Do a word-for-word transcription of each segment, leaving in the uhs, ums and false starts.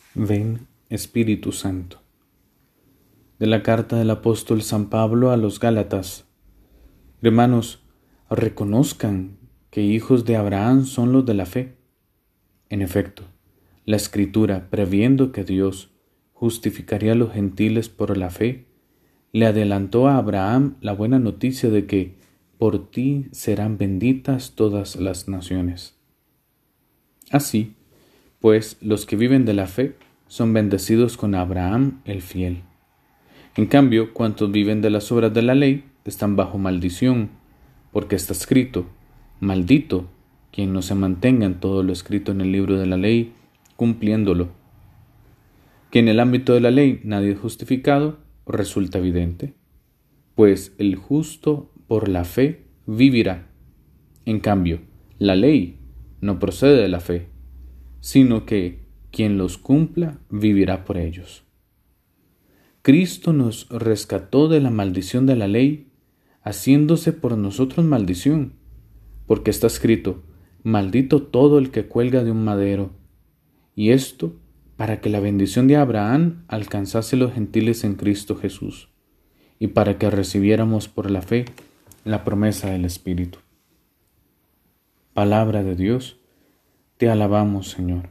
Ven, Espíritu Santo. De la carta del apóstol San Pablo a los Gálatas. Hermanos, reconozcan que hijos de Abraham son los de la fe. En efecto, la Escritura, previendo que Dios justificaría a los gentiles por la fe, le adelantó a Abraham la buena noticia de que por ti serán benditas todas las naciones. Así, pues los que viven de la fe son bendecidos con Abraham el fiel. En cambio, cuantos viven de las obras de la ley están bajo maldición, porque está escrito: maldito quien no se mantenga en todo lo escrito en el libro de la ley, cumpliéndolo. Que en el ámbito de la ley nadie es justificado resulta evidente, pues el justo por la fe vivirá. En cambio, la ley no procede de la fe, sino que quien los cumpla vivirá por ellos. Cristo nos rescató de la maldición de la ley, haciéndose por nosotros maldición, porque está escrito: maldito todo el que cuelga de un madero. Y esto para que la bendición de Abraham alcanzase los gentiles en Cristo Jesús, y para que recibiéramos por la fe la promesa del Espíritu. Palabra de Dios, te alabamos, Señor.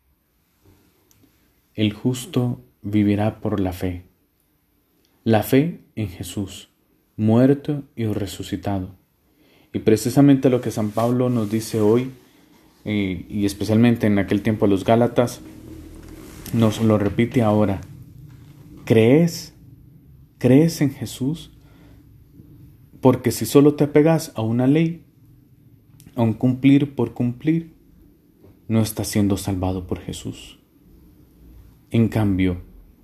El justo vivirá por la fe. La fe en Jesús, muerto y resucitado. Y precisamente lo que San Pablo nos dice hoy, eh, y especialmente en aquel tiempo a los Gálatas, nos lo repite ahora. ¿Crees? ¿Crees en Jesús? Porque si solo te apegas a una ley, a un cumplir por cumplir, no estás siendo salvado por Jesús. En cambio,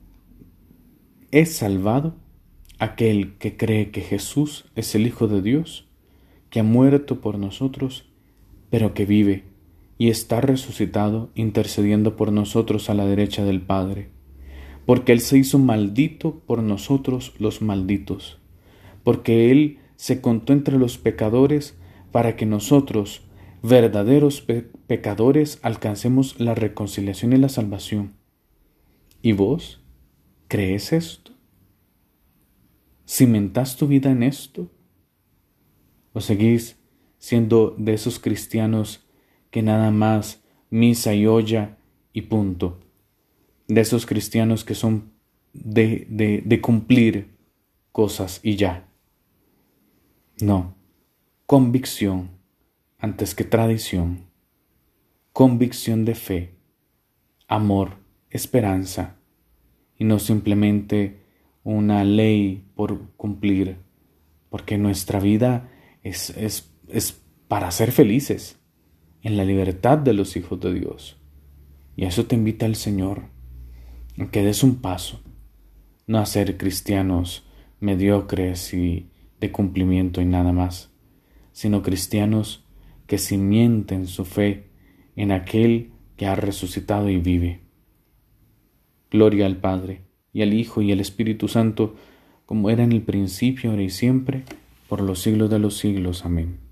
es salvado aquel que cree que Jesús es el Hijo de Dios, que ha muerto por nosotros, pero que vive y está resucitado, intercediendo por nosotros a la derecha del Padre, porque Él se hizo maldito por nosotros los malditos, porque Él se contó entre los pecadores para que nosotros, verdaderos pe- pecadores, alcancemos la reconciliación y la salvación. ¿Y vos crees esto? ¿Cimentás tu vida en esto? ¿O seguís siendo de esos cristianos que nada más misa y olla y punto? De esos cristianos que son de, de, de cumplir cosas y ya. No, convicción antes que tradición, convicción de fe, amor, esperanza, y no simplemente una ley por cumplir, porque nuestra vida es, es, es para ser felices, en la libertad de los hijos de Dios. Y a eso te invita el Señor, a que des un paso, no a ser cristianos mediocres y de cumplimiento y nada más, sino cristianos que cimienten su fe en aquel que ha resucitado y vive. Gloria al Padre, y al Hijo, y al Espíritu Santo, como era en el principio, ahora y siempre, por los siglos de los siglos. Amén.